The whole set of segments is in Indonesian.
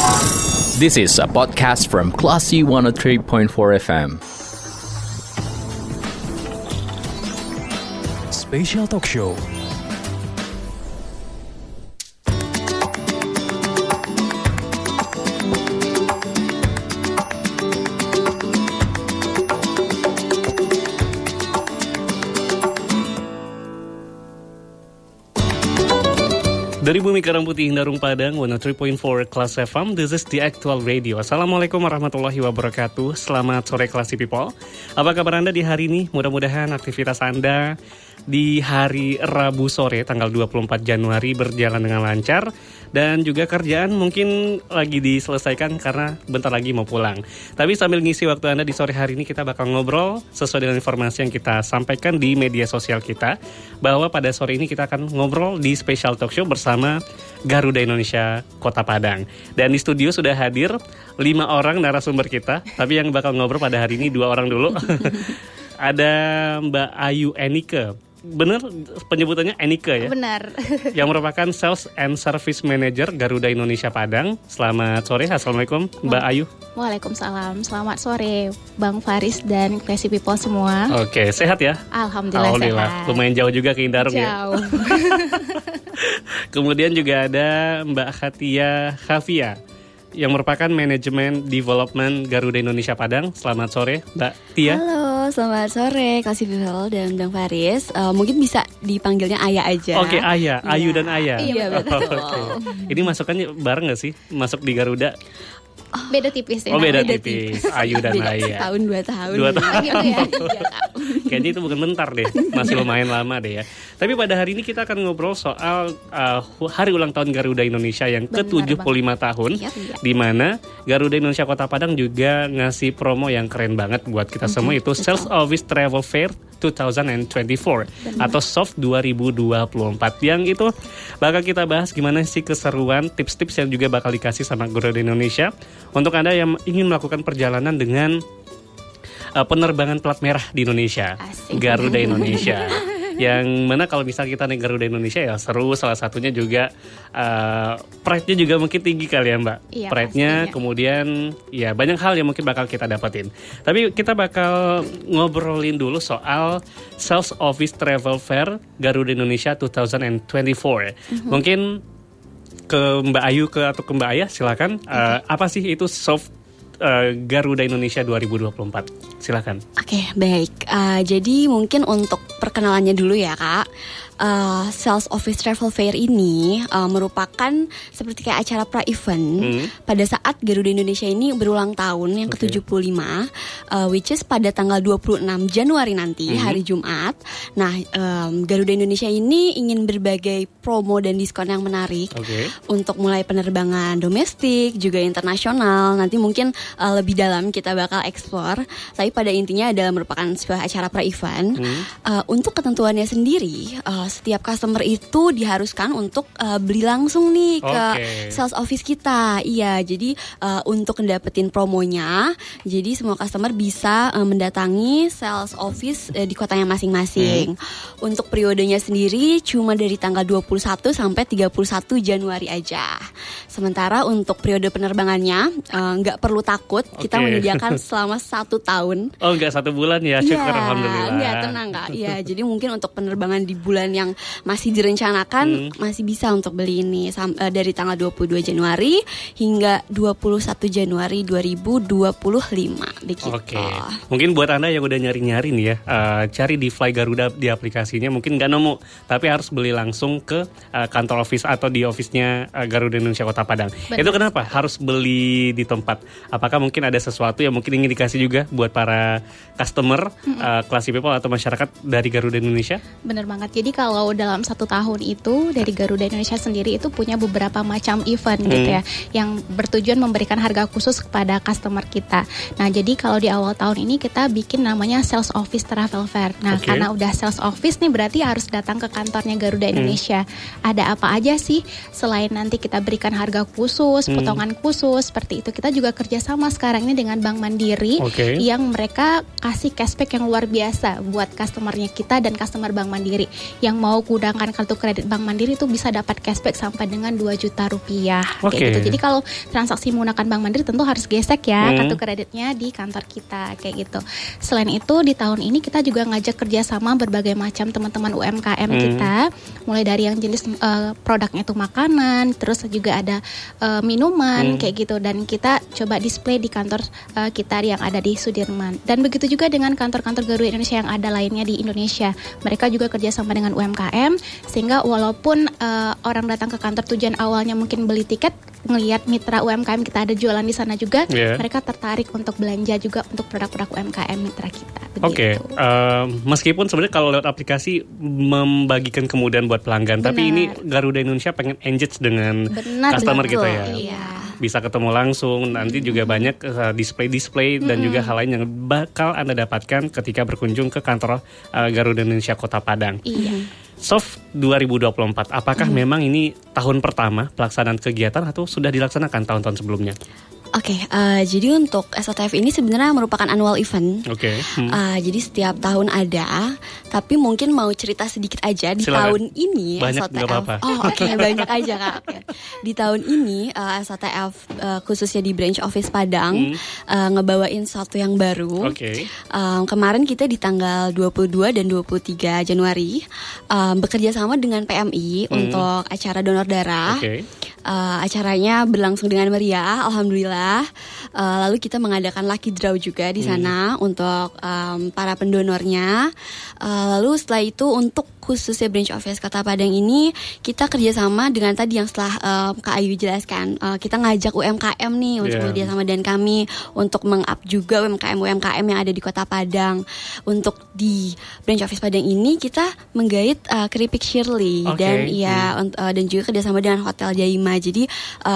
This is a podcast from Classy 103.4 FM. Special Talk Show. Dari Bumi Karang Putih, Darung Padang, 103.4 Class FM, this is the actual radio. Assalamualaikum warahmatullahi wabarakatuh. Selamat sore Classy People. Apa kabar Anda di hari ini? Mudah-mudahan aktivitas Anda di hari Rabu sore, tanggal 24 Januari berjalan dengan lancar. Dan juga kerjaan mungkin lagi diselesaikan karena bentar lagi mau pulang. Tapi sambil ngisi waktu Anda di sore hari ini, kita bakal ngobrol sesuai dengan informasi yang kita sampaikan di media sosial kita. Bahwa pada sore ini kita akan ngobrol di Special Talk Show bersama Garuda Indonesia Kota Padang. Dan di studio sudah hadir 5 orang narasumber kita. Tapi yang bakal ngobrol pada hari ini 2 orang dulu. Ada Mbak Ayu Enike. Benar penyebutannya Enike ya? Benar. Yang merupakan Sales and Service Manager Garuda Indonesia Padang. Selamat sore, Assalamualaikum Mbak Ayu. Waalaikumsalam, selamat sore Bang Faris dan Classy People semua. Oke, sehat ya? Alhamdulillah sehat. Lumayan jauh juga ke Indarung ya? Jauh. Kemudian juga ada Mbak Khatia Khafia yang merupakan Manajemen Development Garuda Indonesia Padang. Selamat sore Mbak Tia. Halo, selamat sore Classy People dan Bang Faris. Mungkin bisa dipanggilnya Ayah aja. Oke, Ayah, Ayu dan Ayah. Iya, betul. Oke. Ini masukannya bareng gak sih? Masuk di Garuda? Beda tipis ya. Oh, beda tipis. Ayu dan beda Ayah. Tahun 2 tahun. 2 tahun. Gitu ya. Kayaknya itu bukan bentar deh. Masih lumayan lama deh ya. Tapi pada hari ini kita akan ngobrol soal hari ulang tahun Garuda Indonesia yang ke-75 tahun. Iya. Di mana Garuda Indonesia Kota Padang juga ngasih promo yang keren banget buat kita semua, itu Sales Office Travel Fair 2024 atau SOF 2024. Yang itu bakal kita bahas gimana sih keseruan, tips-tips yang juga bakal dikasih sama Garuda Indonesia untuk Anda yang ingin melakukan perjalanan dengan penerbangan plat merah di Indonesia. Asik. Garuda Indonesia. Yang mana kalau misalnya kita naik Garuda Indonesia ya seru, salah satunya juga pride-nya juga mungkin tinggi kali ya Mbak. Iya, Pride-nya, pastinya. kemudian ya banyak hal yang mungkin bakal kita dapetin. Tapi kita bakal ngobrolin dulu soal Sales Office Travel Fair Garuda Indonesia 2024. Mungkin ke Mbak Ayu atau ke Mbak Ayah silakan. Apa sih itu SOF Garuda Indonesia 2024? Silakan. Oke, baik. Jadi mungkin untuk perkenalannya dulu ya Kak. Sales Office Travel Fair ini merupakan seperti kayak acara pra-event pada saat Garuda Indonesia ini berulang tahun yang ke-75, which is pada tanggal 26 Januari nanti, hari Jumat. Nah, Garuda Indonesia ini ingin berbagai promo dan diskon yang menarik untuk mulai penerbangan domestik, juga internasional. Nanti mungkin lebih dalam kita bakal explore. Tapi pada intinya adalah merupakan sebuah acara pra-event. Untuk ketentuannya sendiri, setiap customer itu diharuskan untuk beli langsung nih ke sales office kita. Iya, jadi untuk ngedapetin promonya, jadi semua customer bisa mendatangi sales office di kotanya masing-masing. Untuk periodenya sendiri cuma dari tanggal 21 sampai 31 Januari aja. Sementara untuk periode penerbangannya nggak perlu takut, kita menyediakan selama 1 tahun. Oh, nggak 1 bulan ya, syukur alhamdulillah. Iya, tenang Kak. Iya, jadi mungkin untuk penerbangan di bulan yang masih direncanakan masih bisa untuk beli ini dari tanggal 22 Januari hingga 21 Januari 2025 begitu. Oke. Mungkin buat Anda yang udah nyari-nyari nih ya, cari di Fly Garuda di aplikasinya mungkin nggak nemu, tapi harus beli langsung ke kantor office atau di office-nya Garuda Indonesia Kota Padang. Benar. Itu kenapa harus beli di tempat? Apakah mungkin ada sesuatu yang mungkin ingin dikasih juga buat para customer, Classy People atau masyarakat dari Garuda Indonesia? Benar banget. Jadi kalau dalam 1 tahun itu dari Garuda Indonesia sendiri itu punya beberapa macam event gitu ya, yang bertujuan memberikan harga khusus kepada customer kita. Nah, jadi kalau di awal tahun ini kita bikin namanya Sales Office Travel Fair. Nah, karena udah Sales Office nih berarti harus datang ke kantornya Garuda Indonesia. Ada apa aja sih selain nanti kita berikan harga khusus, potongan khusus seperti itu, kita juga kerjasama sekarang ini dengan Bank Mandiri yang mereka kasih cashback yang luar biasa buat customernya kita dan customer Bank Mandiri, yang yang mau gunakan kartu kredit Bank Mandiri itu bisa dapat cashback sampai dengan 2 juta rupiah. Oke. Kayak gitu. Jadi kalau transaksi menggunakan Bank Mandiri tentu harus gesek ya kartu kreditnya di kantor kita kayak gitu. Selain itu di tahun ini kita juga ngajak kerjasama berbagai macam teman-teman UMKM kita, mulai dari yang jenis produknya itu makanan, terus juga ada minuman kayak gitu, dan kita coba display di kantor kita yang ada di Sudirman. Dan begitu juga dengan kantor-kantor Garuda Indonesia yang ada lainnya di Indonesia. Mereka juga kerjasama dengan UMKM, sehingga walaupun orang datang ke kantor tujuan awalnya mungkin beli tiket, ngelihat mitra UMKM kita ada jualan di sana juga, mereka tertarik untuk belanja juga untuk produk-produk UMKM mitra kita. Oke, meskipun sebenarnya kalau lewat aplikasi membagikan kemudahan buat pelanggan, tapi ini Garuda Indonesia pengen engage dengan customer gitu ya. Iya. Bisa ketemu langsung, nanti juga banyak display-display dan juga hal lain yang bakal Anda dapatkan ketika berkunjung ke kantor Garuda Indonesia Kota Padang. Iya. Sof 2024, apakah memang ini tahun pertama pelaksanaan kegiatan atau sudah dilaksanakan tahun-tahun sebelumnya? Oke, jadi untuk SOTF ini sebenarnya merupakan annual event. Oke. Jadi setiap tahun ada, tapi mungkin mau cerita sedikit aja di Silakan. tahun ini Banyak SOTF. nggak apa-apa. Oh, oke, banyak aja Kak. Oke. Di tahun ini SOTF khususnya di branch office Padang ngebawain sesuatu yang baru. Oke. Kemarin kita di tanggal 22 dan 23 Januari bekerja sama dengan PMI untuk acara donor darah. Oke. Acaranya berlangsung dengan meriah, alhamdulillah. Lalu kita mengadakan lucky draw juga di sana untuk para pendonornya. Lalu setelah itu untuk khususnya branch office Kota Padang ini kita kerjasama dengan tadi yang setelah Kak Ayu jelaskan, kita ngajak UMKM nih untuk kerjasama dengan kami untuk meng-up juga UMKM yang ada di Kota Padang. Untuk di branch office Padang ini kita menggait keripik Shirley dan dan juga kerjasama dengan Hotel Jaima. Jadi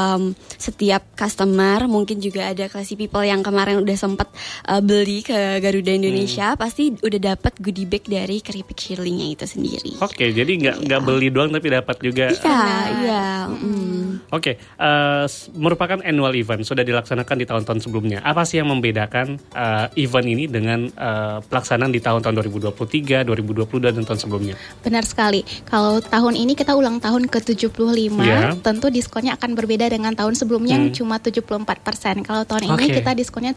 setiap customer, mungkin juga ada classy people yang kemarin udah sempat beli ke Garuda Indonesia, pasti udah dapat goodie bag dari keripik Shirley-nya itu sendiri. Oke, jadi nggak beli doang tapi dapat juga. Iya. Oke, merupakan annual event, sudah dilaksanakan di tahun-tahun sebelumnya. Apa sih yang membedakan event ini dengan pelaksanaan di tahun-tahun 2023, 2022 dan tahun sebelumnya? Benar sekali. Kalau tahun ini kita ulang tahun ke-75, tentu diskonnya akan berbeda dengan tahun sebelumnya yang cuma 74%. Kalau tahun ini kita diskonnya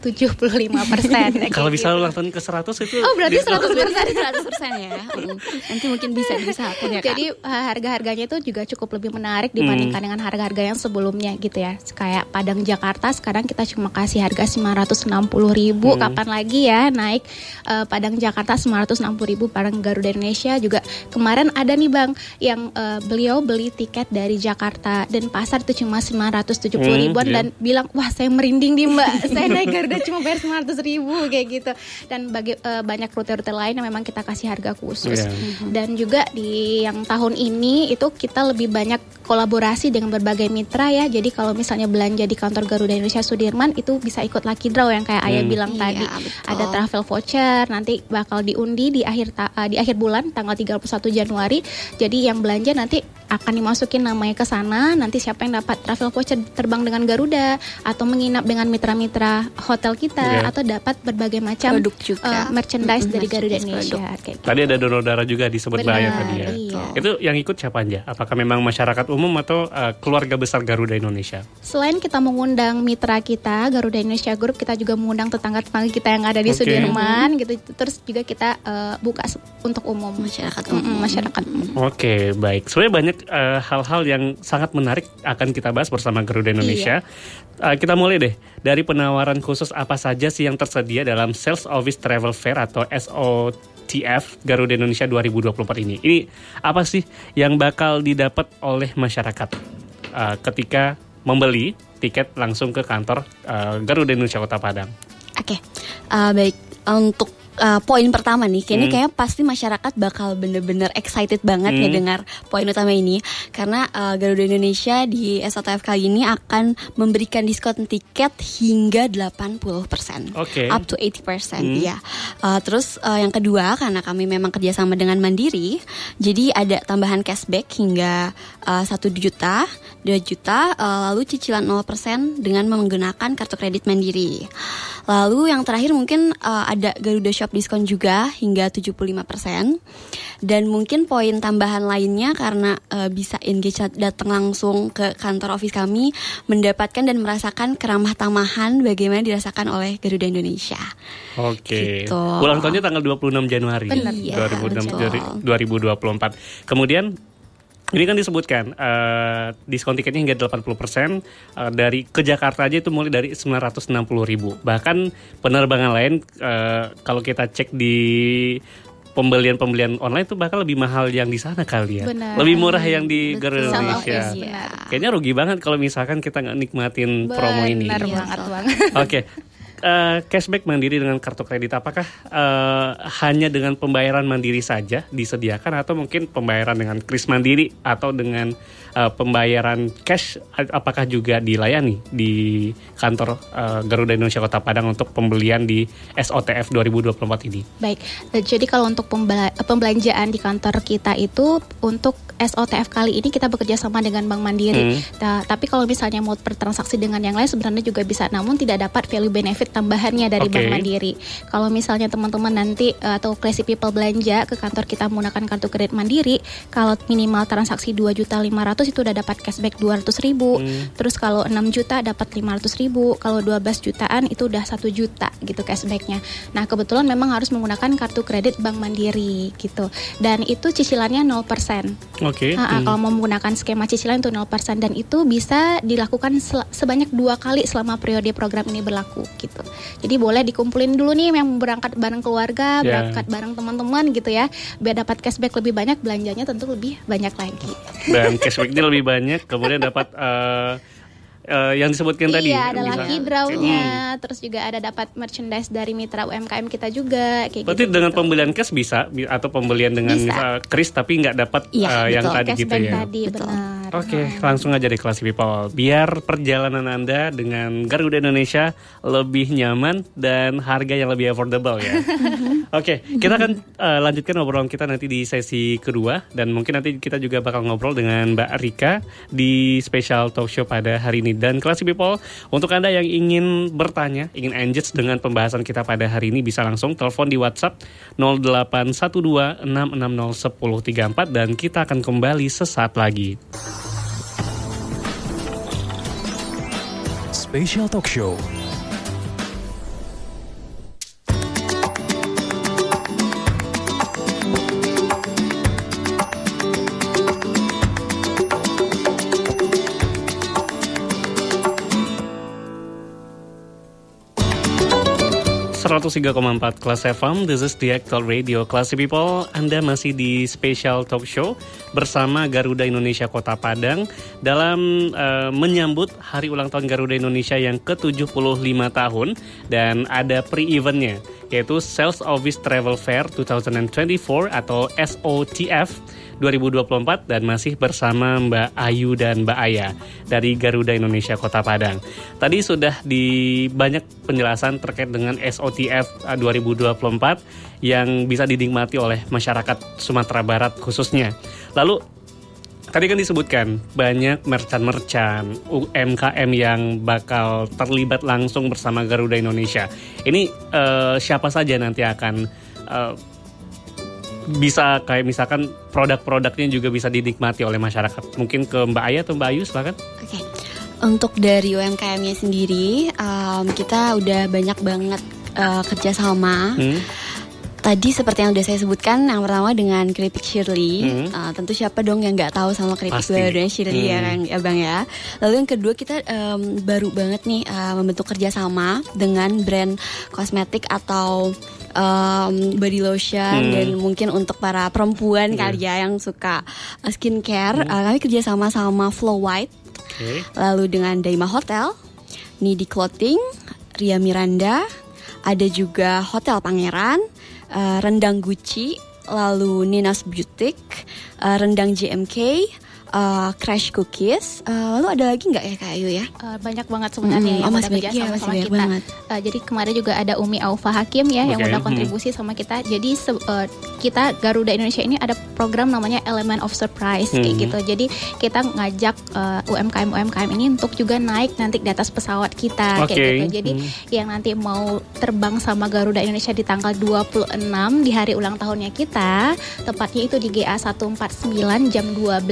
75%. Kalau bisa ulang tahun ke-100 itu. Oh, berarti 100% ya. Nanti mungkin bisa diusahakan ya Kak. Jadi harga-harganya itu juga cukup lebih menarik dibandingkan dengan harga-harga yang sebelumnya gitu ya. Kayak Padang Jakarta sekarang kita cuma kasih harga 560.000. Kapan lagi ya naik Padang Jakarta 560.000. Padang Garuda Indonesia juga kemarin ada nih Bang yang beliau beli tiket dari Jakarta dan pasar itu cuma 570.000-an dan bilang wah saya merinding nih Mbak. Saya naik Garuda cuma bayar 500.000 kayak gitu. Dan bagi banyak rute-rute lain yang memang kita kasih harga khusus. Dan juga di yang tahun ini itu kita lebih banyak kolaborasi dengan berbagai mitra ya. Jadi kalau misalnya belanja di kantor Garuda Indonesia Sudirman itu bisa ikut lucky draw yang kayak Ayah bilang tadi. Betul. Ada travel voucher nanti bakal diundi di akhir bulan tanggal 31 Januari. Jadi yang belanja nanti akan dimasukin namanya ke sana. Nanti siapa yang dapat travel voucher terbang dengan Garuda atau menginap dengan mitra-mitra hotel kita atau dapat berbagai macam produk juga, merchandise dari Garuda Indonesia. Kayak tadi ada donor darah juga disebut Mbak tadi ya. Iya. Itu yang ikut siapa aja? Apakah memang masyarakat umum atau keluarga besar Garuda Indonesia? Selain kita mengundang mitra kita Garuda Indonesia Group, kita juga mengundang tetangga-tetangga kita yang ada di Sudirman gitu. Terus juga kita buka untuk umum masyarakat umum. Oke, baik. Sebenarnya banyak hal-hal yang sangat menarik akan kita bahas bersama Garuda Indonesia. Kita mulai deh dari penawaran khusus apa saja sih yang tersedia dalam Sales Office Travel Fair atau SOTF Garuda Indonesia 2024 ini. Ini apa sih yang bakal didapat oleh masyarakat ketika membeli tiket langsung ke kantor Garuda Indonesia Kota Padang? Oke, baik. Untuk poin pertama nih, kayaknya pasti masyarakat bakal bener-bener excited banget ngedengar poin utama ini. Karena Garuda Indonesia di SOTF kali ini akan memberikan diskon tiket hingga 80%, up to 80%. Ya. Terus yang kedua, karena kami memang kerjasama dengan Mandiri, jadi ada tambahan cashback hingga 1 juta, 2 juta, lalu cicilan 0% dengan menggunakan kartu kredit Mandiri. Lalu yang terakhir mungkin ada Garuda shop diskon juga hingga 75%. Dan mungkin poin tambahan lainnya karena bisa engage datang langsung ke kantor office kami, mendapatkan dan merasakan keramah tamahan bagaimana dirasakan oleh Garuda Indonesia. Oke. Gitu. Ulang tahunnya tanggal 26 Januari Benar, 2024. Kemudian ini kan disebutkan diskon tiketnya hingga 80%, dari ke Jakarta aja itu mulai dari 960.000. Bahkan penerbangan lain kalau kita cek di pembelian online itu bahkan lebih mahal yang di sana kali ya. Benar. Lebih murah yang di Garuda Indonesia. Benar. Kayaknya rugi banget kalau misalkan kita nggak nikmatin promo ini. Benar banget. Oke. Cashback mandiri dengan kartu kredit apakah hanya dengan pembayaran mandiri saja disediakan atau mungkin pembayaran dengan kris mandiri atau dengan pembayaran cash apakah juga dilayani di kantor Garuda Indonesia Kota Padang untuk pembelian di SOTF 2024 ini? Baik, jadi kalau untuk pembelanjaan di kantor kita itu untuk SOTF kali ini kita bekerja sama dengan Bank Mandiri. Tapi kalau misalnya mau bertransaksi dengan yang lain sebenarnya juga bisa, namun tidak dapat value benefit tambahannya dari Bank Mandiri. Kalau misalnya teman-teman nanti atau classy people belanja ke kantor kita menggunakan kartu kredit Mandiri, kalau minimal transaksi 2.500.000 itu udah dapat cashback 200.000. Terus kalau 6 juta dapat 500.000. Kalau 12 jutaan itu udah 1 juta gitu cashbacknya. Nah kebetulan memang harus menggunakan kartu kredit Bank Mandiri gitu. Dan itu cicilannya 0%. Oke. Kalau mau menggunakan skema cicilan itu 0% dan itu bisa dilakukan sebanyak 2 kali selama periode program ini berlaku gitu. Jadi boleh dikumpulin dulu nih yang berangkat bareng keluarga, berangkat bareng teman-teman gitu ya, biar dapat cashback lebih banyak, belanjanya tentu lebih banyak lagi. Dan cashbacknya lebih banyak, kemudian dapat yang disebutkan tadi. Iya, ada lucky draw-nya, terus juga ada dapat merchandise dari mitra UMKM kita juga. Kayak berarti gitu, dengan pembelian cash bisa atau pembelian dengan kris tapi nggak dapat yang tadi gitu ya. Tadi, benar. Oke, langsung aja deh Classy People. Biar perjalanan Anda dengan Garuda Indonesia lebih nyaman dan harga yang lebih affordable ya. Oke, kita akan lanjutkan obrolan kita nanti di sesi kedua. Dan mungkin nanti kita juga bakal ngobrol dengan Mbak Rika di special talk show pada hari ini. Dan Classy People, untuk Anda yang ingin bertanya, ingin engage dengan pembahasan kita pada hari ini, bisa langsung telepon di WhatsApp 0812 660 1034 dan kita akan kembali sesaat lagi. Special Talk Show. .4 Kelas FM, this is the actual radio. Classy People, Anda masih di Special Talk Show bersama Garuda Indonesia Kota Padang dalam menyambut hari ulang tahun Garuda Indonesia yang ke-75 tahun. Dan ada pre-eventnya, yaitu Sales Office Travel Fair 2024 atau SOTF 2024, dan masih bersama Mbak Ayu dan Mbak Aya dari Garuda Indonesia Kota Padang. Tadi sudah di banyak penjelasan terkait dengan SOTF 2024 yang bisa dinikmati oleh masyarakat Sumatera Barat khususnya. Lalu tadi kan disebutkan banyak merchant-merchant UMKM yang bakal terlibat langsung bersama Garuda Indonesia. Ini siapa saja nanti akan bisa kayak misalkan produk-produknya juga bisa dinikmati oleh masyarakat. Mungkin ke Mbak Aya atau Mbak Ayu silakan. Oke. Untuk dari UMKM-nya sendiri, kita udah banyak banget kerjasama. Tadi seperti yang udah saya sebutkan, yang pertama dengan Keripik Shirley. Tentu siapa dong yang nggak tahu sama Keripik Garuda Shirley ya kan, ya Bang ya. Lalu yang kedua, kita baru banget nih membentuk kerjasama dengan brand kosmetik atau body lotion dan mungkin untuk para perempuan kali ya yang suka skincare. Kami kerjasama sama Flow White, lalu dengan Daima Hotel, Nidi Clothing, Ria Miranda, ada juga Hotel Pangeran, Rendang Gucci, lalu Nina's Boutique, Rendang JMK, Crash Cookies. Lalu ada lagi nggak ya Kak Ayu ya? Banyak banget sebenarnya yang udah kerja sama kita. Jadi kemarin juga ada Umi Aufa Hakim ya yang udah kontribusi sama kita. Jadi kita Garuda Indonesia ini ada program namanya Element of Surprise kayak gitu. Jadi kita ngajak UMKM ini untuk juga naik nanti di atas pesawat kita kayak gitu. Jadi yang nanti mau terbang sama Garuda Indonesia di tanggal 26 di hari ulang tahunnya kita, tepatnya itu di GA 149 jam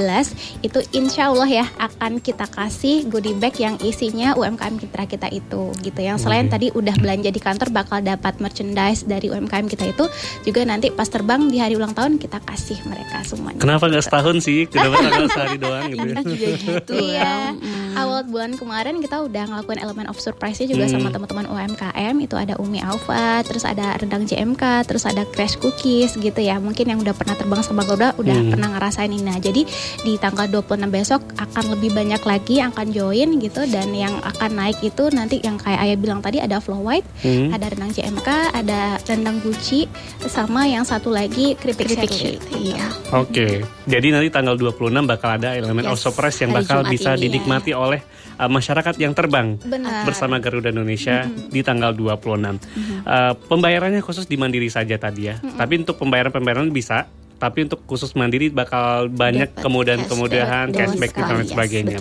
12, itu insya Allah ya akan kita kasih goodie bag yang isinya UMKM kita itu gitu. Yang selain tadi udah belanja di kantor bakal dapat merchandise dari UMKM kita itu, juga nanti pas terbang di hari ulang tahun kita kasih mereka semuanya. Kenapa nggak setahun sih? Kenapa tanggal sehari doang gitu? Kita juga gitu. Iya. Awal bulan kemarin kita udah ngelakuin Element of Surprise-nya juga sama teman-teman UMKM. Itu ada Umi Aufa, terus ada rendang JMK, terus ada Crash Cookies gitu ya. Mungkin yang udah pernah terbang sama Garuda udah pernah ngerasain ini. Nah, jadi di tanggal 26 besok akan lebih banyak lagi yang akan join gitu, dan yang akan naik itu nanti yang kayak Ayah bilang tadi ada Flow White, ada rendang JMK, ada rendang Gucci, sama yang satu lagi keripik Sherry. Iya. Oke. Jadi nanti tanggal 26 bakal ada Element of Surprise yang bakal bisa dinikmati oleh masyarakat yang terbang bersama Garuda Indonesia di tanggal 26. Pembayarannya khusus di Mandiri saja tadi ya. Tapi untuk pembayaran bisa, tapi untuk khusus Mandiri bakal banyak kemudahan cashback dan sebagainya.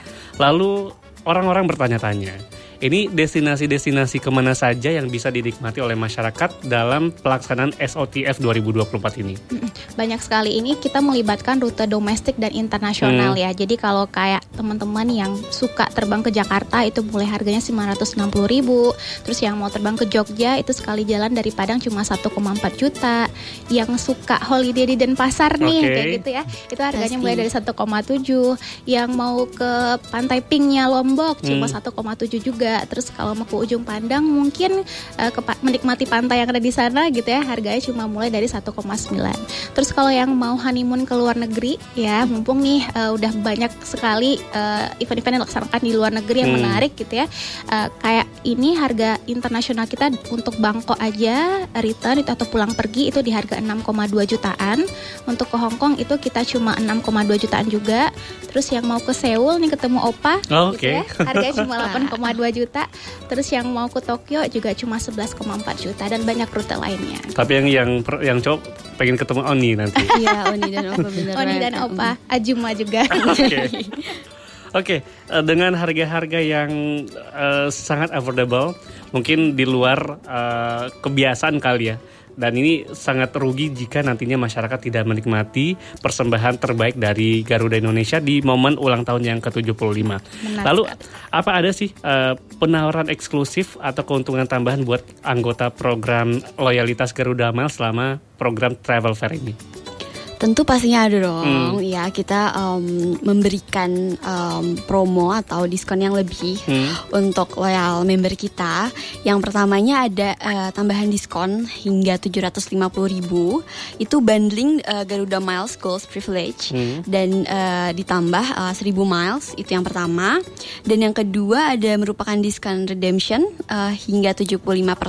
Lalu orang-orang bertanya-tanya, ini destinasi-destinasi kemana saja yang bisa dinikmati oleh masyarakat dalam pelaksanaan SOTF 2024 ini? Banyak sekali. Ini kita melibatkan rute domestik dan internasional ya. Jadi kalau kayak teman-teman yang suka terbang ke Jakarta itu mulai harganya 960.000. Terus yang mau terbang ke Jogja itu sekali jalan dari Padang cuma 1,4 juta. Yang suka holiday di Denpasar nih kayak gitu ya, itu harganya mulai dari 1,7. Yang mau ke Pantai Pinknya Lombok cuma 1,7 juga. Terus kalau mau ke ujung Pandang mungkin menikmati pantai yang ada di sana gitu ya, harganya cuma mulai dari 1,9. Terus kalau yang mau honeymoon ke luar negeri ya, mumpung nih udah banyak sekali event-event yang dilaksanakan di luar negeri yang menarik gitu ya. Kayak ini harga internasional kita untuk Bangkok aja return itu atau pulang pergi itu di harga 6,2 jutaan. Untuk ke Hong Kong itu kita cuma 6,2 jutaan juga. Terus yang mau ke Seoul nih ketemu Opa gitu ya, harganya cuma 8,2 juta. Terus yang mau ke Tokyo juga cuma 11,4 juta dan banyak rute lainnya. Tapi yang cowok pengen ketemu Oni nanti. Iya, Oni dan Opa beneran. Oni dan Opa, Ajuma juga. Oke, dengan harga-harga yang sangat affordable, mungkin di luar kebiasaan kali ya. Dan ini sangat rugi jika nantinya masyarakat tidak menikmati persembahan terbaik dari Garuda Indonesia di momen ulang tahun yang ke-75. Lalu apa ada sih penawaran eksklusif atau keuntungan tambahan buat anggota program loyalitas Garuda Miles selama program travel fair ini? Tentu pastinya ada dong. Ya, kita memberikan promo atau diskon yang lebih untuk loyal member kita. Yang pertamanya ada tambahan diskon hingga 750.000. Itu bundling Garuda Miles Gold Privilege dan ditambah 1.000 miles, itu yang pertama. Dan yang kedua ada merupakan diskon redemption hingga 75%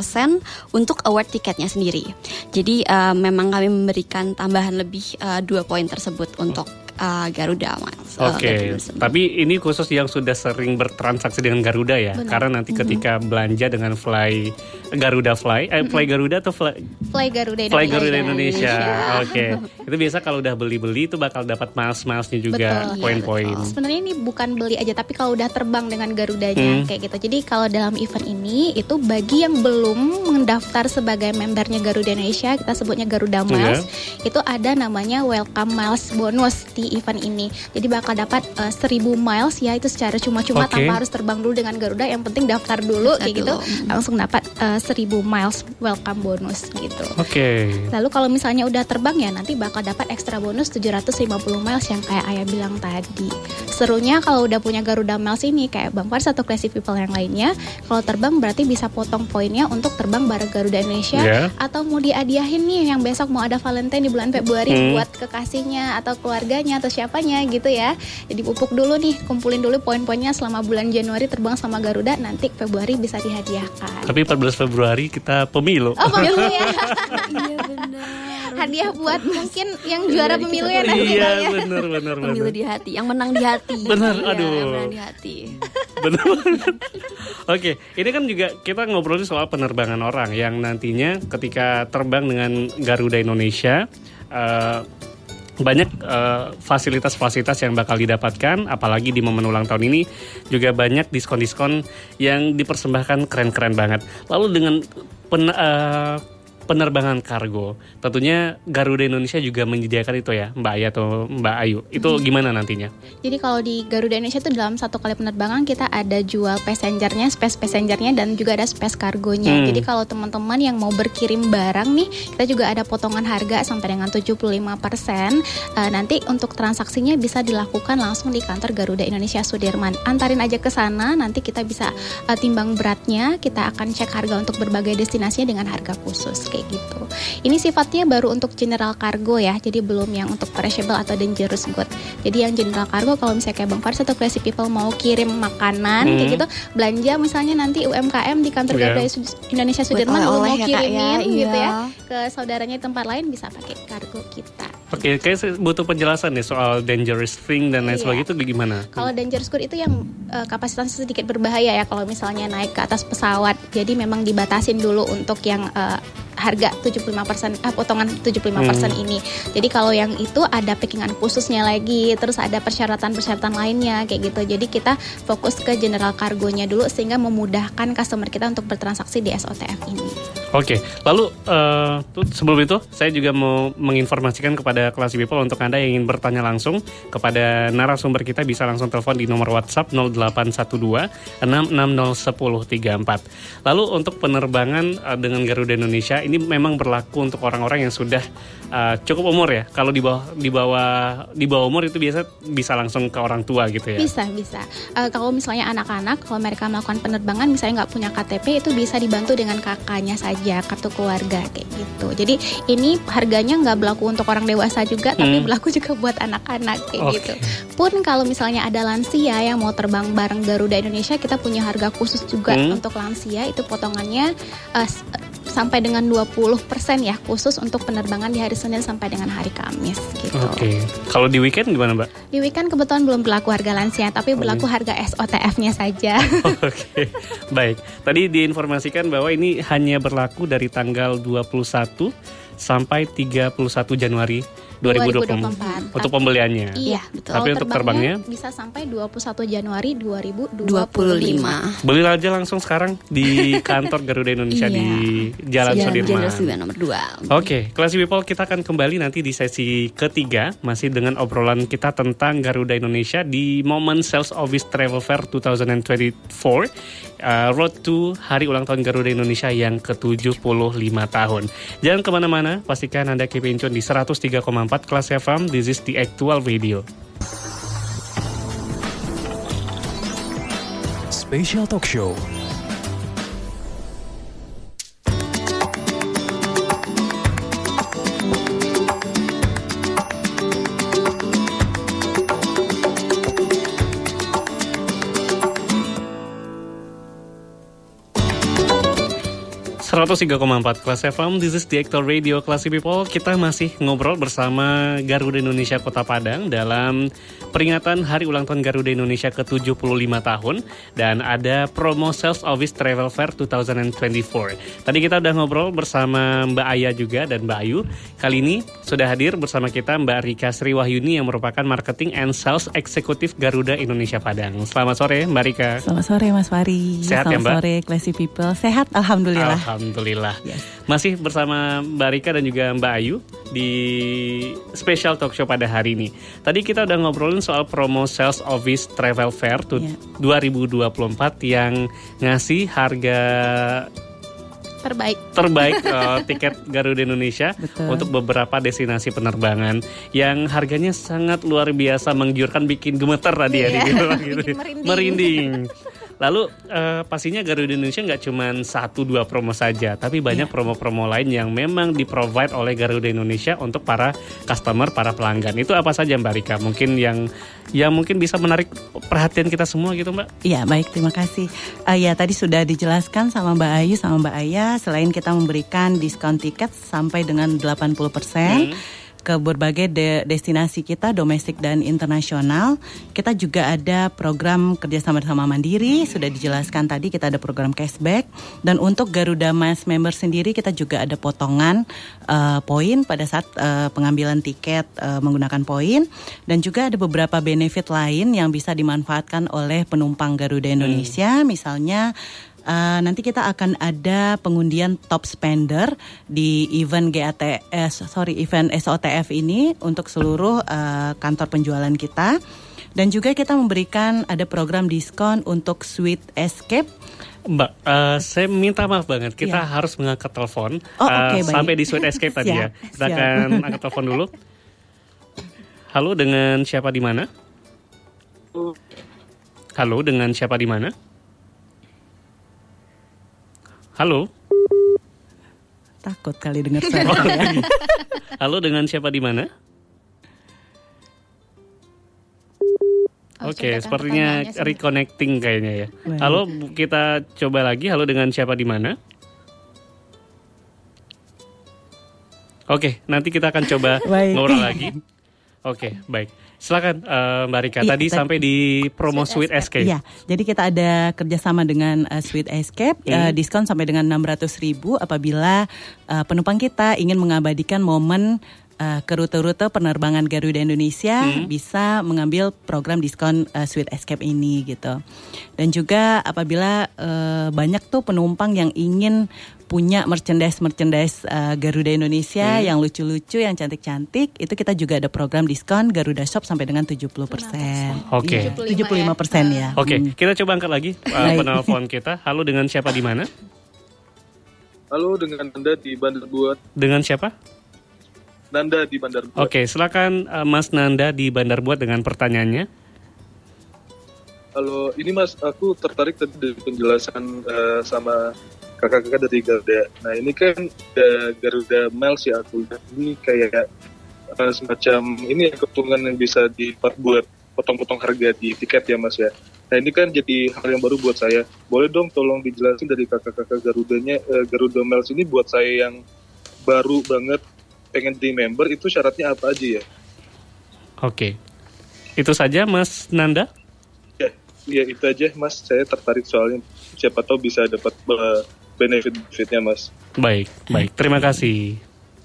untuk award tiketnya sendiri. Jadi memang kami memberikan tambahan lebih 2 poin tersebut untuk Garuda Miles. Oke, tapi ini khusus yang sudah sering bertransaksi dengan Garuda ya. Benar. Karena nanti ketika belanja dengan Fly Garuda Fly Garuda atau Fly Garuda Indonesia. Oke. Itu biasa kalau udah beli-beli itu bakal dapat miles-milesnya juga, poin-poin. Sebenarnya ini bukan beli aja, tapi kalau udah terbang dengan Garudanya kayak gitu. Jadi kalau dalam event ini itu bagi yang belum mendaftar sebagai membernya Garuda Indonesia, kita sebutnya Garuda Miles, itu ada namanya Welcome Miles bonus di event ini. Jadi bakal dapat 1.000 miles ya, itu secara cuma-cuma tanpa harus terbang dulu dengan Garuda, yang penting daftar dulu kayak gitu, langsung dapat 1.000 miles welcome bonus gitu. Lalu kalau misalnya udah terbang ya nanti bakal dapat ekstra bonus 750 miles yang kayak Ayah bilang tadi. Serunya kalau udah punya Garuda Miles ini kayak Bang Fars atau Classy People yang lainnya, kalau terbang berarti bisa potong poinnya untuk terbang bareng Garuda Indonesia, atau mau diadiahin nih yang besok mau ada Valentine di bulan Februari buat kekasihnya atau keluarganya atau siapanya gitu ya. Jadi pupuk dulu nih, kumpulin dulu poin-poinnya selama bulan Januari terbang sama Garuda, nanti Februari bisa dihadiahkan. Tapi 14 Februari kita pemilu. Oh, pemilu ya. Iya benar. hadiah buat mungkin yang juara pemilu ya nanti. Iya, benar. Pemilu di hati, yang menang di hati. Benar, Iya, aduh. yang menang di hati. Benar banget. Oke, ini kan juga kita ngobrolin soal penerbangan orang yang nantinya ketika terbang dengan Garuda Indonesia banyak fasilitas-fasilitas yang bakal didapatkan, apalagi di momen ulang tahun ini juga banyak diskon-diskon yang dipersembahkan keren-keren banget. Lalu dengan penerbangan kargo, tentunya Garuda Indonesia juga menyediakan itu ya, Mbak Aya atau Mbak Ayu. Itu gimana nantinya? Jadi kalau di Garuda Indonesia itu dalam satu kali penerbangan kita ada jual passengernya, space passengernya, dan juga ada space kargonya. Jadi kalau teman-teman yang mau berkirim barang nih, kita juga ada potongan harga sampai dengan 75%. Nanti untuk transaksinya bisa dilakukan langsung di kantor Garuda Indonesia Sudirman. Antarin aja ke sana, nanti kita bisa timbang beratnya, kita akan cek harga untuk berbagai destinasinya dengan harga khusus kayak gitu. Ini sifatnya baru untuk general cargo ya, jadi belum yang untuk perishable atau dangerous good. Jadi yang general cargo kalau misalnya kayak Bang Faris atau Classy People mau kirim makanan kayak gitu, belanja misalnya nanti UMKM di kantor Garuda Indonesia Sudirman mau kirimin gitu ya ke saudaranya di tempat lain, bisa pakai kargo kita. Oke, kayak butuh penjelasan nih soal dangerous thing dan lain sebagainya itu gimana? Kalau dangerous good itu yang kapasitasnya sedikit berbahaya ya kalau misalnya naik ke atas pesawat. Jadi memang dibatasin dulu untuk yang harga 75%, potongan 75% ini. Jadi kalau yang itu ada packingan khususnya lagi, terus ada persyaratan-persyaratan lainnya kayak gitu. Jadi kita fokus ke general cargonya dulu sehingga memudahkan customer kita untuk bertransaksi di SOTF ini. Oke, lalu sebelum itu saya juga mau menginformasikan kepada Classy People untuk Anda yang ingin bertanya langsung kepada narasumber kita bisa langsung telepon di nomor WhatsApp 0812 66011034. Lalu untuk penerbangan dengan Garuda Indonesia ini memang berlaku untuk orang-orang yang sudah cukup umur ya. Kalau di bawah umur itu biasa bisa langsung ke orang tua gitu ya. Bisa. Kalau misalnya anak-anak, kalau mereka melakukan penerbangan misalnya nggak punya KTP, itu bisa dibantu dengan kakaknya saja, kartu keluarga kayak gitu. Jadi ini harganya nggak berlaku untuk orang dewasa juga, tapi berlaku juga buat anak-anak kayak gitu. Pun kalau misalnya ada lansia yang mau terbang bareng Garuda Indonesia, kita punya harga khusus juga untuk lansia, itu potongannya sampai dengan 20% ya, khusus untuk penerbangan di hari Senin sampai dengan hari Kamis gitu. Oke. Kalau di weekend gimana, Mbak? Di weekend kebetulan belum berlaku harga lansia, tapi berlaku harga SOTF-nya saja. Oke. Baik. Tadi diinformasikan bahwa ini hanya berlaku dari tanggal 21 sampai 31 Januari 2024 untuk pembeliannya. Iya, betul. Tapi untuk terbangnya bisa sampai 21 Januari 2025. Beli aja langsung sekarang di kantor Garuda Indonesia di Jalan Sudirman nomor 2. Oke, Classy People, kita akan kembali nanti di sesi ketiga masih dengan obrolan kita tentang Garuda Indonesia di momen Sales Office Travel Fair 2024 Road to Hari Ulang Tahun Garuda Indonesia yang ke-75 tahun. Jangan kemana-mana, pastikan Anda keep in tune di 103,4 Classy FM. This is the actual radio. Special Talk Show. .4 Classy FM, this is the actual radio. Classy People, kita masih ngobrol bersama Garuda Indonesia Kota Padang dalam peringatan Hari Ulang Tahun Garuda Indonesia ke-75 tahun dan ada promo Sales Office Travel Fair 2024. Tadi kita udah ngobrol bersama Mbak Aya juga dan Mbak Ayu. Kali ini sudah hadir bersama kita Mbak Rika Sri Wahyuni yang merupakan Marketing and Sales Eksekutif Garuda Indonesia Padang. Selamat sore Mbak Rika. Selamat sore Mas Fari. Sehat ya Mbak? Selamat sore Classy People. Sehat, Alhamdulillah. Alhamdulillah. Yes. Masih bersama Mbak Rika dan juga Mbak Ayu di Special Talk Show pada hari ini. Tadi kita udah ngobrolin soal promo Sales Office Travel Fair 2024 yang ngasih harga terbaik tiket Garuda Indonesia untuk beberapa destinasi penerbangan yang harganya sangat luar biasa, menggiurkan, bikin gemeter tadi ya dibilang gitu. Merinding. Lalu pastinya Garuda Indonesia nggak cuma 1-2 promo saja, tapi banyak promo-promo lain yang memang di-provide oleh Garuda Indonesia untuk para customer, para pelanggan. Itu apa saja Mbak Rika? Mungkin yang mungkin bisa menarik perhatian kita semua gitu Mbak? Iya, baik, terima kasih. Ya, tadi sudah dijelaskan sama Mbak Ayu, sama Mbak Aya, selain kita memberikan diskon tiket sampai dengan 80%, ke berbagai destinasi kita domestik dan internasional. Kita juga ada program kerjasama sama Mandiri, sudah dijelaskan tadi kita ada program cashback. Dan untuk Garuda Miles member sendiri kita juga ada potongan poin pada saat pengambilan tiket menggunakan poin. Dan juga ada beberapa benefit lain yang bisa dimanfaatkan oleh penumpang Garuda Indonesia. Misalnya nanti kita akan ada pengundian top spender di event event SOTF ini untuk seluruh kantor penjualan kita. Dan juga kita memberikan ada program diskon untuk Suite Escape. Mbak, saya minta maaf banget, kita harus mengangkat telepon sampai di Suite Escape tadi ya. Kita akan angkat telepon dulu. Halo, dengan siapa di mana? Halo, dengan siapa di mana? Halo. Takut kali dengar suara. Halo, dengan siapa di mana? Oke, sepertinya reconnecting kayaknya ya. Baik. Halo, kita coba lagi. Halo, dengan siapa di mana? Oke, nanti kita akan coba ngobrol lagi. Oke, baik. Silakan Mbak Rika, tadi sampai di promo Suite Escape. Iya, jadi kita ada kerjasama dengan Suite Escape, diskon sampai dengan 600.000 apabila penumpang kita ingin mengabadikan momen ke rute-rute penerbangan Garuda Indonesia, bisa mengambil program diskon Suite Escape ini gitu. Dan juga apabila banyak tuh penumpang yang ingin punya merchandise Garuda Indonesia yang lucu-lucu, yang cantik-cantik, itu kita juga ada program diskon Garuda Shop sampai dengan 70%. Oke. 75% ya. Oke, kita coba angkat lagi penelpon kita. Halo, dengan siapa di mana? Halo, dengan Nanda di Bandar Buat. Dengan siapa? Nanda di Bandar Buat. Oke, silakan Mas Nanda di Bandar Buat dengan pertanyaannya. Halo, ini Mas, aku tertarik tadi dari penjelasan sama kakak-kakak dari Garuda. Nah, ini kan Garuda Miles ya, aku lihat ini kayak semacam ini keuntungan yang bisa dipakai buat potong-potong harga di tiket ya Mas ya. Nah, ini kan jadi hal yang baru buat saya. Boleh dong tolong dijelasin dari kakak-kakak Garuda Miles ini buat saya yang baru banget pengen di member, itu syaratnya apa aja ya? Oke. Itu saja Mas Nanda? Ya itu aja Mas, saya tertarik soalnya siapa tahu bisa dapat benefit-benefitnya Mas. Baik. Terima kasih.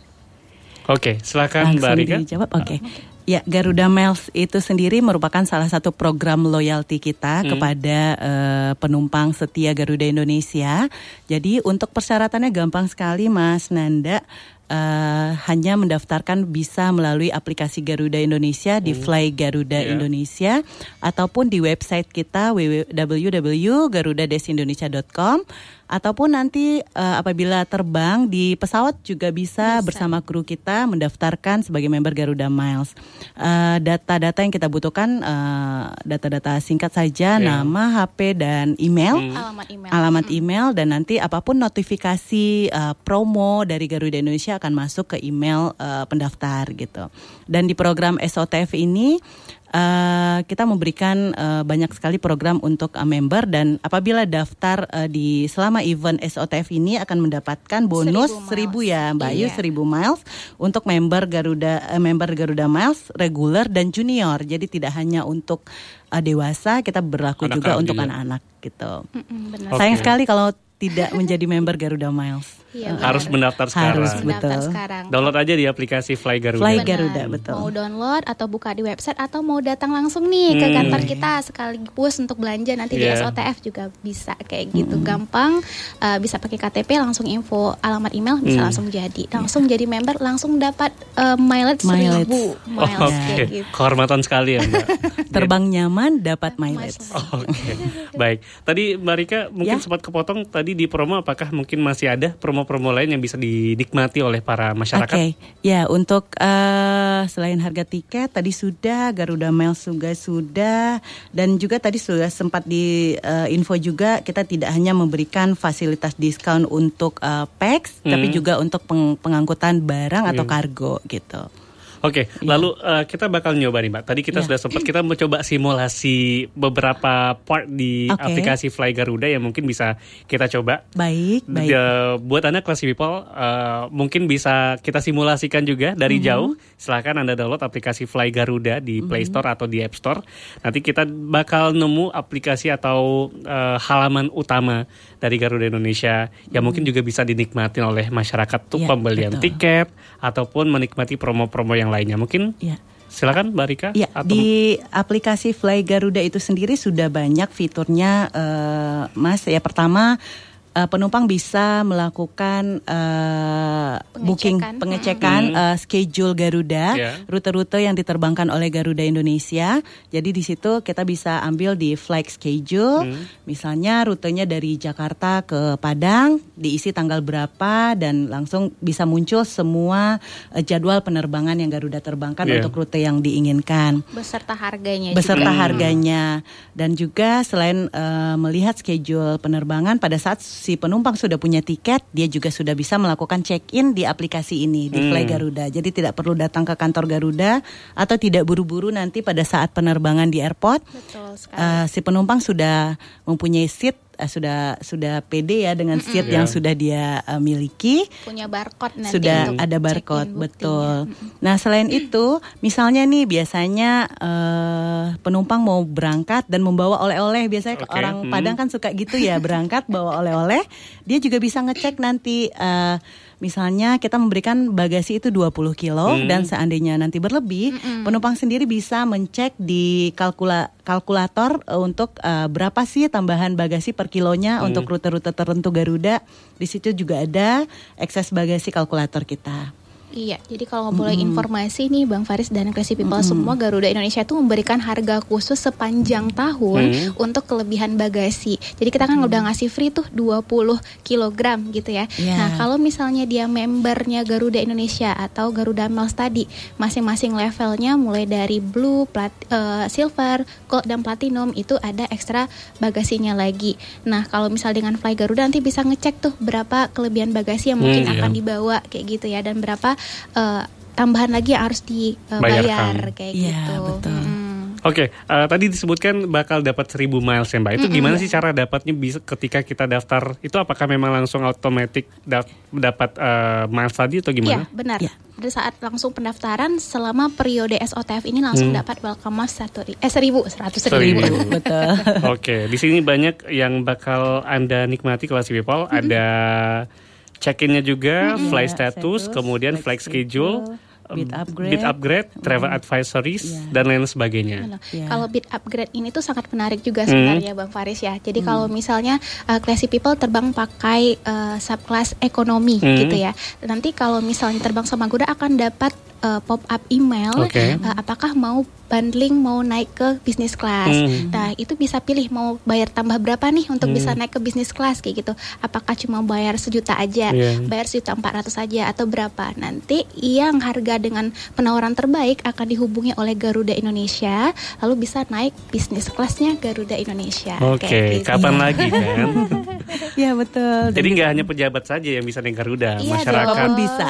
Oke, silakan Mbak Rika. Langsung dijawab, oke. Ya, Garuda Miles itu sendiri merupakan salah satu program loyalty kita kepada penumpang setia Garuda Indonesia. Jadi untuk persyaratannya gampang sekali Mas Nanda. Hanya mendaftarkan bisa melalui aplikasi Garuda Indonesia di Fly Garuda Indonesia ataupun di website kita www.garudadesindonesia.com, ataupun nanti apabila terbang di pesawat juga bisa bersama kru kita mendaftarkan sebagai member Garuda Miles. Data-data yang kita butuhkan data-data singkat saja, nama, HP dan email, alamat email, dan nanti apapun notifikasi promo dari Garuda Indonesia akan masuk ke email pendaftar gitu. Dan di program SOTF ini kita memberikan banyak sekali program untuk member, dan apabila daftar di selama event SOTF ini akan mendapatkan bonus 1.000 ya Mbak Ayu, 1.000 miles untuk member Garuda Miles regular dan junior. Jadi tidak hanya untuk dewasa, kita berlaku anak juga untuk anak-anak gitu. Benar. Sayang sekali kalau tidak menjadi member Garuda Miles. Iya, harus mendaftar sekarang. Harus, betul. Download aja di aplikasi Fly Garuda. Fly Garuda, betul. Mau download atau buka di website atau mau datang langsung nih ke kantor kita sekaligus untuk belanja nanti di SOTF juga bisa kayak gitu. Gampang, bisa pakai KTP, langsung info alamat email, bisa langsung jadi member, langsung dapat mileage 1.000 miles kayak gitu. Kehormatan sekali ya Mbak. Terbang nyaman, dapat mileage. Oke. Baik. Tadi Mbak Rika mungkin sempat kepotong tadi tadi di promo, apakah mungkin masih ada promo-promo lain yang bisa dinikmati oleh para masyarakat? Oke, ya untuk selain harga tiket tadi sudah, Garuda Miles juga sudah, dan juga tadi sudah sempat di info juga kita tidak hanya memberikan fasilitas diskon untuk PAX, tapi juga untuk pengangkutan barang atau kargo gitu. Oke, lalu kita bakal nyoba nih Mbak. Tadi kita sudah sempat kita mencoba simulasi beberapa part di aplikasi Fly Garuda yang mungkin bisa kita coba. Baik. Buat Anda Classy People, mungkin bisa kita simulasikan juga dari jauh. Silahkan Anda download aplikasi Fly Garuda di Play Store atau di App Store. Nanti kita bakal nemu aplikasi atau halaman utama dari Garuda Indonesia yang mungkin juga bisa dinikmati oleh masyarakat tuh pembelian tiket ataupun menikmati promo-promo yang lainnya. Mungkin silakan Mbak Rika. Ya, di aplikasi Fly Garuda itu sendiri sudah banyak fiturnya, Mas. Ya, pertama penumpang bisa melakukan pengecekan schedule Garuda, rute-rute yang diterbangkan oleh Garuda Indonesia. Jadi di situ kita bisa ambil di flight schedule, misalnya rutenya dari Jakarta ke Padang, diisi tanggal berapa dan langsung bisa muncul semua jadwal penerbangan yang Garuda terbangkan untuk rute yang diinginkan. Beserta harganya. Harganya. Dan juga selain melihat schedule penerbangan, pada saat si penumpang sudah punya tiket, dia juga sudah bisa melakukan check-in di aplikasi ini, di Fly Garuda. Jadi tidak perlu datang ke kantor Garuda atau tidak buru-buru nanti pada saat penerbangan di airport. Betul sekali. Si penumpang sudah mempunyai seat, sudah pede ya dengan seat yang sudah dia miliki. Punya barcode nanti. Sudah ada barcode, betul. Nah, selain itu, misalnya nih biasanya penumpang mau berangkat dan membawa oleh-oleh. Biasanya orang Padang kan suka gitu ya, berangkat bawa oleh-oleh. Dia juga bisa ngecek nanti misalnya kita memberikan bagasi itu 20 kilo dan seandainya nanti berlebih, penumpang sendiri bisa mencek di kalkulator untuk berapa sih tambahan bagasi per kilonya untuk rute-rute tertentu Garuda. Di situ juga ada akses bagasi kalkulator kita. Iya, jadi kalau boleh informasi nih Bang Faris dan Classy People semua, Garuda Indonesia itu memberikan harga khusus sepanjang tahun untuk kelebihan bagasi. Jadi kita kan udah ngasih free tuh 20 kilogram gitu ya. Nah, kalau misalnya dia membernya Garuda Indonesia atau Garuda Miles tadi, masing-masing levelnya mulai dari blue, silver, gold dan platinum itu ada ekstra bagasinya lagi. Nah, kalau misal dengan Fly Garuda nanti bisa ngecek tuh berapa kelebihan bagasi yang mungkin akan dibawa kayak gitu ya, dan berapa tambahan lagi yang harus dibayar kayak gitu. Betul. Oke, tadi disebutkan bakal dapat 1.000 miles ya Mbak. Itu gimana sih cara dapatnya bisa ketika kita daftar? Itu apakah memang langsung otomatis dapat miles tadi atau gimana? Iya, benar. Pada saat langsung pendaftaran selama periode SOTF ini langsung dapat welcome miles 100.000. Betul. Oke, di sini banyak yang bakal Anda nikmati Classy People. Ada check-innya juga, flight status, kemudian flight schedule, bid upgrade, travel advisories, dan lain sebagainya. Kalau bid upgrade ini tuh sangat menarik juga sebenarnya Bang Faris ya. Jadi kalau misalnya Classy People terbang pakai subclass ekonomi gitu ya, nanti kalau misalnya terbang sama Garuda akan dapat pop-up email apakah mau bundling, mau naik ke business class. Nah, itu bisa pilih mau bayar tambah berapa nih untuk bisa naik ke business class kayak gitu. Apakah cuma bayar 1 juta aja, bayar 1.400.000 aja atau berapa. Nanti yang harga dengan penawaran terbaik akan dihubungi oleh Garuda Indonesia, lalu bisa naik business classnya Garuda Indonesia. Oke, gitu. Kapan lagi kan? Ya betul. Jadi nggak hanya pejabat saja yang bisa naik Garuda, masyarakat siapapun bisa.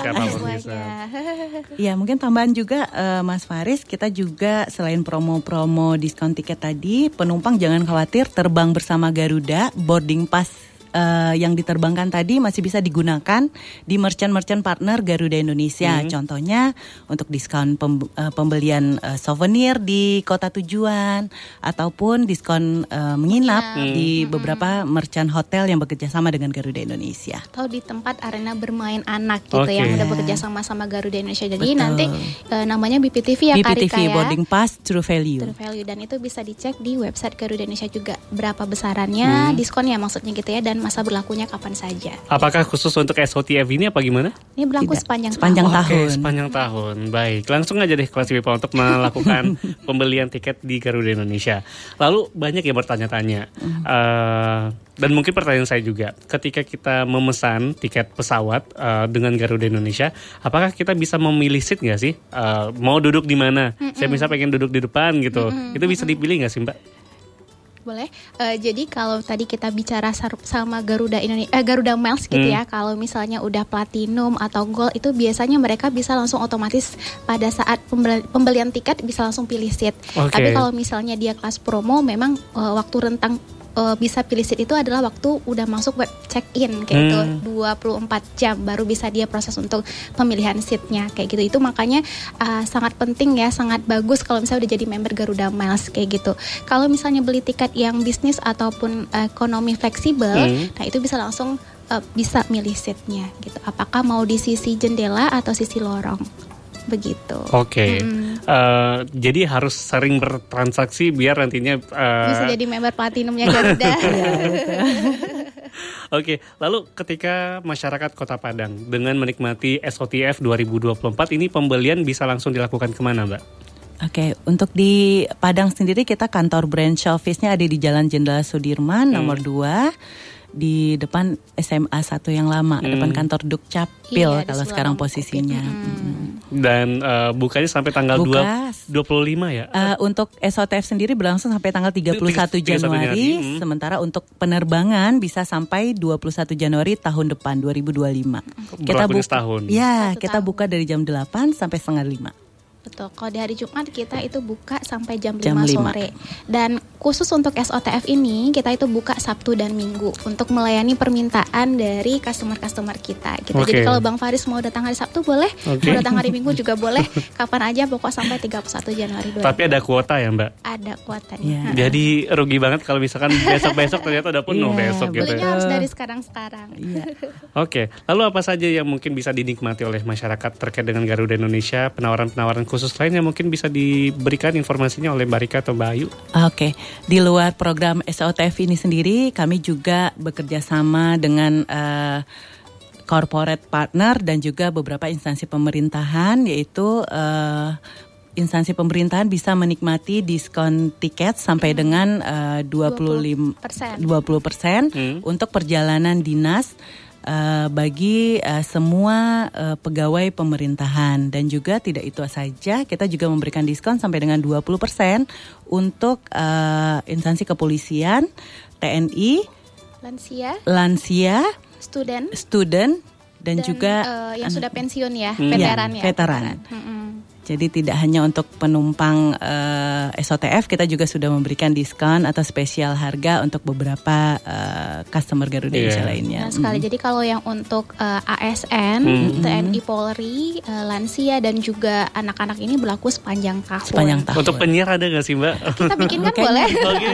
Ya, mungkin tambahan juga Mas Faris, kita juga selain promo-promo diskon tiket tadi, penumpang jangan khawatir, terbang bersama Garuda, boarding pass yang diterbangkan tadi masih bisa digunakan di merchant-merchant partner Garuda Indonesia. Contohnya untuk diskon pembelian souvenir di kota tujuan ataupun diskon menginap di beberapa merchant hotel yang bekerja sama dengan Garuda Indonesia. Atau di tempat arena bermain anak gitu yang udah bekerja sama Garuda Indonesia. Jadi nanti namanya BPTV ya Karika ya. Boarding Pass True Value. Dan itu bisa dicek di website Garuda Indonesia juga berapa besarannya, diskonnya maksudnya gitu ya, dan masa berlakunya kapan saja. Apakah khusus untuk SOTF ini apa gimana? Ini berlaku Tidak, sepanjang sepanjang tahun. tahun. Oke, sepanjang tahun. Baik, langsung aja deh Classy People untuk melakukan pembelian tiket di Garuda Indonesia. Lalu banyak yang bertanya-tanya. Dan mungkin pertanyaan saya juga, ketika kita memesan tiket pesawat dengan Garuda Indonesia, apakah kita bisa memilih seat nggak sih? Mau duduk di mana? Saya misal pengen duduk di depan gitu. Itu bisa dipilih nggak sih, Mbak? Boleh. Jadi kalau tadi kita bicara sama Garuda Garuda Miles gitu ya, kalau misalnya udah platinum atau gold itu biasanya mereka bisa langsung otomatis pada saat pembelian tiket bisa langsung pilih seat. Oke. Tapi kalau misalnya dia kelas promo memang waktu rentang bisa pilih seat itu adalah waktu udah masuk web check-in kayak gitu 24 jam baru bisa dia proses untuk pemilihan seatnya kayak gitu. Itu makanya sangat penting ya, sangat bagus kalau misalnya udah jadi member Garuda Miles kayak gitu. Kalau misalnya beli tiket yang bisnis ataupun ekonomi fleksibel, nah itu bisa langsung bisa milih seatnya gitu. Apakah mau di sisi jendela atau sisi lorong begitu. Oke. Jadi harus sering bertransaksi biar nantinya bisa jadi member platinumnya Garuda. Oke, lalu ketika masyarakat Kota Padang dengan menikmati SOTF 2024 ini pembelian bisa langsung dilakukan kemana, Mbak? Oke, untuk di Padang sendiri kita kantor branch office-nya ada di Jalan Jenderal Sudirman nomor 2 di depan SMA 1 yang lama, depan kantor Dukcapil kalau sekarang posisinya. Dan bukanya sampai tanggal 25 ya? Untuk SOTF sendiri berlangsung sampai tanggal 31 Januari, sementara untuk penerbangan bisa sampai 21 Januari tahun depan 2025. Kita setahun. Ya, kita buka dari jam 8 sampai setengah 5. Betul, kalau di hari Jumat kita itu buka sampai jam 5 Jam 5 sore. Dan khusus untuk SOTF ini kita itu buka Sabtu dan Minggu untuk melayani permintaan dari customer-customer kita gitu. Oke. Jadi kalau Bang Faris mau datang hari Sabtu boleh, mau datang hari Minggu juga boleh, kapan aja pokok sampai 31 Januari 2020. Tapi ada kuota ya, Mbak? Ada kuotanya. Jadi rugi banget kalau misalkan besok-besok ternyata udah penuh besok gitu. Belinya harus dari sekarang-sekarang. Oke, lalu apa saja yang mungkin bisa dinikmati oleh masyarakat terkait dengan Garuda Indonesia, penawaran-penawaran khusus lain yang mungkin bisa diberikan informasinya oleh Mbak Rika atau Mbak Ayu? Oke, di luar program SOTF ini sendiri kami juga bekerja sama dengan corporate partner dan juga beberapa instansi pemerintahan, yaitu instansi pemerintahan bisa menikmati diskon tiket sampai dengan 20% untuk perjalanan dinas bagi semua pegawai pemerintahan. Dan juga tidak itu saja, kita juga memberikan diskon sampai dengan 20% untuk instansi kepolisian, TNI, lansia, student dan juga yang sudah pensiun ya, veteran. Jadi tidak hanya untuk penumpang SOTF, kita juga sudah memberikan diskon atau spesial harga untuk beberapa customer Garuda Indonesia lainnya. Nah, sekali. Jadi kalau yang untuk ASN, TNI Polri, lansia dan juga anak-anak ini berlaku sepanjang tahun. Untuk penyiar ada nggak sih, Mbak? Kita bikin kan boleh.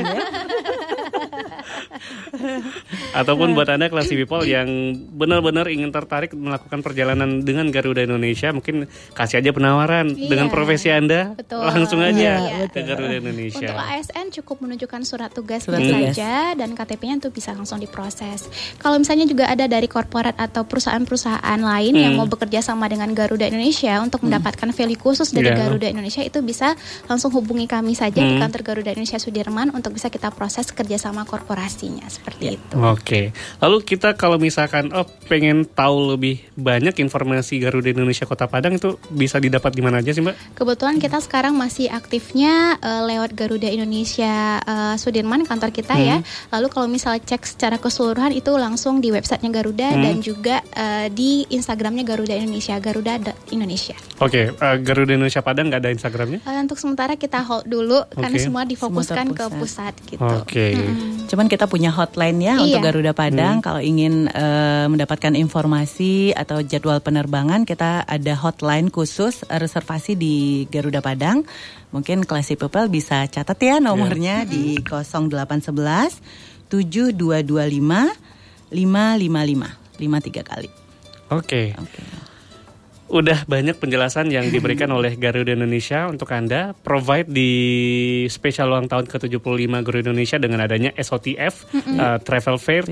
Ataupun buat Anda Classy People yang benar-benar ingin tertarik melakukan perjalanan dengan Garuda Indonesia, mungkin kasih aja penawaran dengan profesi Anda. Betul. Langsung aja ke Garuda Indonesia. Untuk ASN cukup menunjukkan surat tugas saja dan KTP-nya itu bisa langsung diproses. Kalau misalnya juga ada dari korporat atau perusahaan-perusahaan lain yang mau bekerja sama dengan Garuda Indonesia untuk mendapatkan value khusus dari Garuda Indonesia, itu bisa langsung hubungi kami saja di kantor Garuda Indonesia Sudirman untuk bisa kita proses kerjasama korporasinya seperti itu. Oke. Lalu kita kalau misalkan pengen tahu lebih banyak informasi Garuda Indonesia Kota Padang, itu bisa didapat di mana aja sih, Mbak? Kebetulan kita sekarang masih aktifnya lewat Garuda Indonesia Sudirman kantor kita ya. Lalu kalau misalnya cek secara keseluruhan itu langsung di websitenya Garuda dan juga di Instagramnya Garuda Indonesia, garuda.indonesia. Oke, Garuda Indonesia Padang nggak ada Instagramnya? Untuk sementara kita hold dulu karena semua difokuskan ke pusat gitu. Oke. Cuman kita punya hotline ya untuk Garuda Padang. Kalau ingin mendapatkan informasi atau jadwal penerbangan, kita ada hotline khusus reservasi di Garuda Padang. Mungkin Classy People bisa catat ya nomornya di 0811 7225 555 53 kali. Oke. udah banyak penjelasan yang diberikan oleh Garuda Indonesia untuk Anda, provide di spesial ulang tahun ke-75 Garuda Indonesia dengan adanya SOTF Travel Fair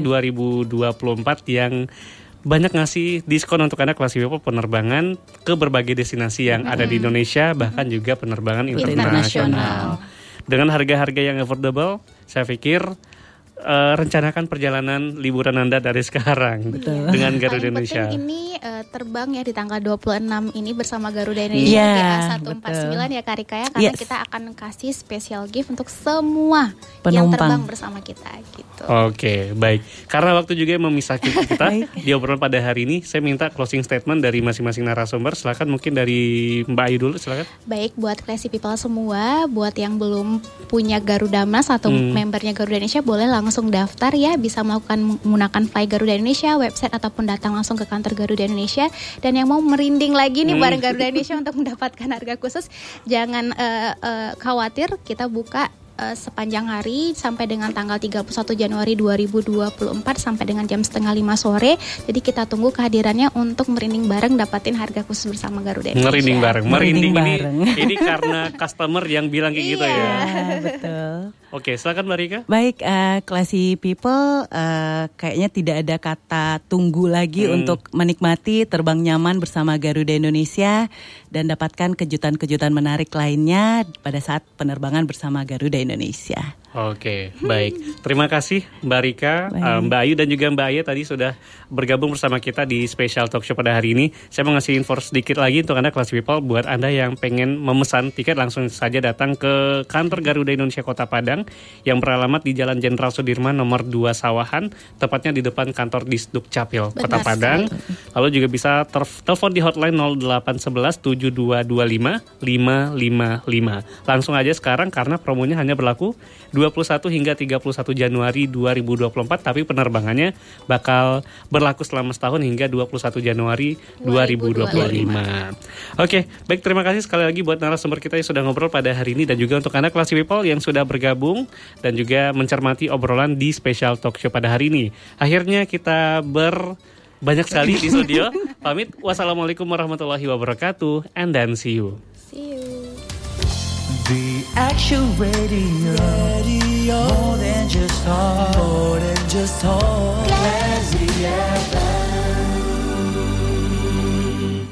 2024 yang banyak ngasih diskon untuk Anda Classy People penerbangan ke berbagai destinasi yang ada di Indonesia, bahkan juga penerbangan internasional. Dengan harga-harga yang affordable, saya pikir rencanakan perjalanan liburan Anda dari sekarang dengan Garuda Indonesia. Paling penting ini terbang ya di tanggal 26 ini bersama Garuda Indonesia GA149 ya Kak Rika ya, karena kita akan kasih special gift untuk semua yang terbang bersama kita gitu. Oke, baik. Karena waktu juga yang memisahkan kita di obrolan pada hari ini, saya minta closing statement dari masing-masing narasumber. Silakan mungkin dari Mbak Ayu dulu, silakan. Baik, buat Classy People semua, buat yang belum punya Garuda Mas atau membernya Garuda Indonesia, boleh langsung daftar ya, bisa menggunakan Fly Garuda Indonesia, website ataupun datang langsung ke kantor Garuda Indonesia. Dan yang mau merinding lagi nih bareng Garuda Indonesia untuk mendapatkan harga khusus, jangan khawatir, kita buka sepanjang hari sampai dengan tanggal 31 Januari 2024 sampai dengan jam 4:30 sore. Jadi kita tunggu kehadirannya untuk merinding bareng dapatin harga khusus bersama Garuda Indonesia. Merinding ini karena customer yang bilang kayak gitu ya. Betul. Oke, silakan Mbak Rika. Baik, Classy People, kayaknya tidak ada kata tunggu lagi untuk menikmati terbang nyaman bersama Garuda Indonesia dan dapatkan kejutan-kejutan menarik lainnya pada saat penerbangan bersama Garuda Indonesia. Oke, baik. Terima kasih Mbak Rika, Mbak Ayu dan juga Mbak Aya tadi sudah bergabung bersama kita di special talk show pada hari ini. Saya mau ngasih info sedikit lagi untuk Anda Classy People, buat Anda yang pengen memesan tiket langsung saja datang ke kantor Garuda Indonesia Kota Padang yang beralamat di Jalan Jenderal Sudirman nomor 2 Sawahan, tepatnya di depan kantor Disduk Capil Kota Padang. Lalu juga bisa telepon di hotline 0811 7225 555. Langsung aja sekarang karena promonya hanya berlaku 21 hingga 31 Januari 2024, tapi penerbangannya bakal berlaku selama setahun hingga 21 Januari 2025. Oke, baik, terima kasih sekali lagi buat narasumber kita yang sudah ngobrol pada hari ini dan juga untuk Anda Classy People yang sudah bergabung dan juga mencermati obrolan di special talk show pada hari ini. Akhirnya kita banyak sekali di studio. Pamit, wassalamualaikum warahmatullahi wabarakatuh, and then see you. See you. The Action Radio, more than just talk, Classy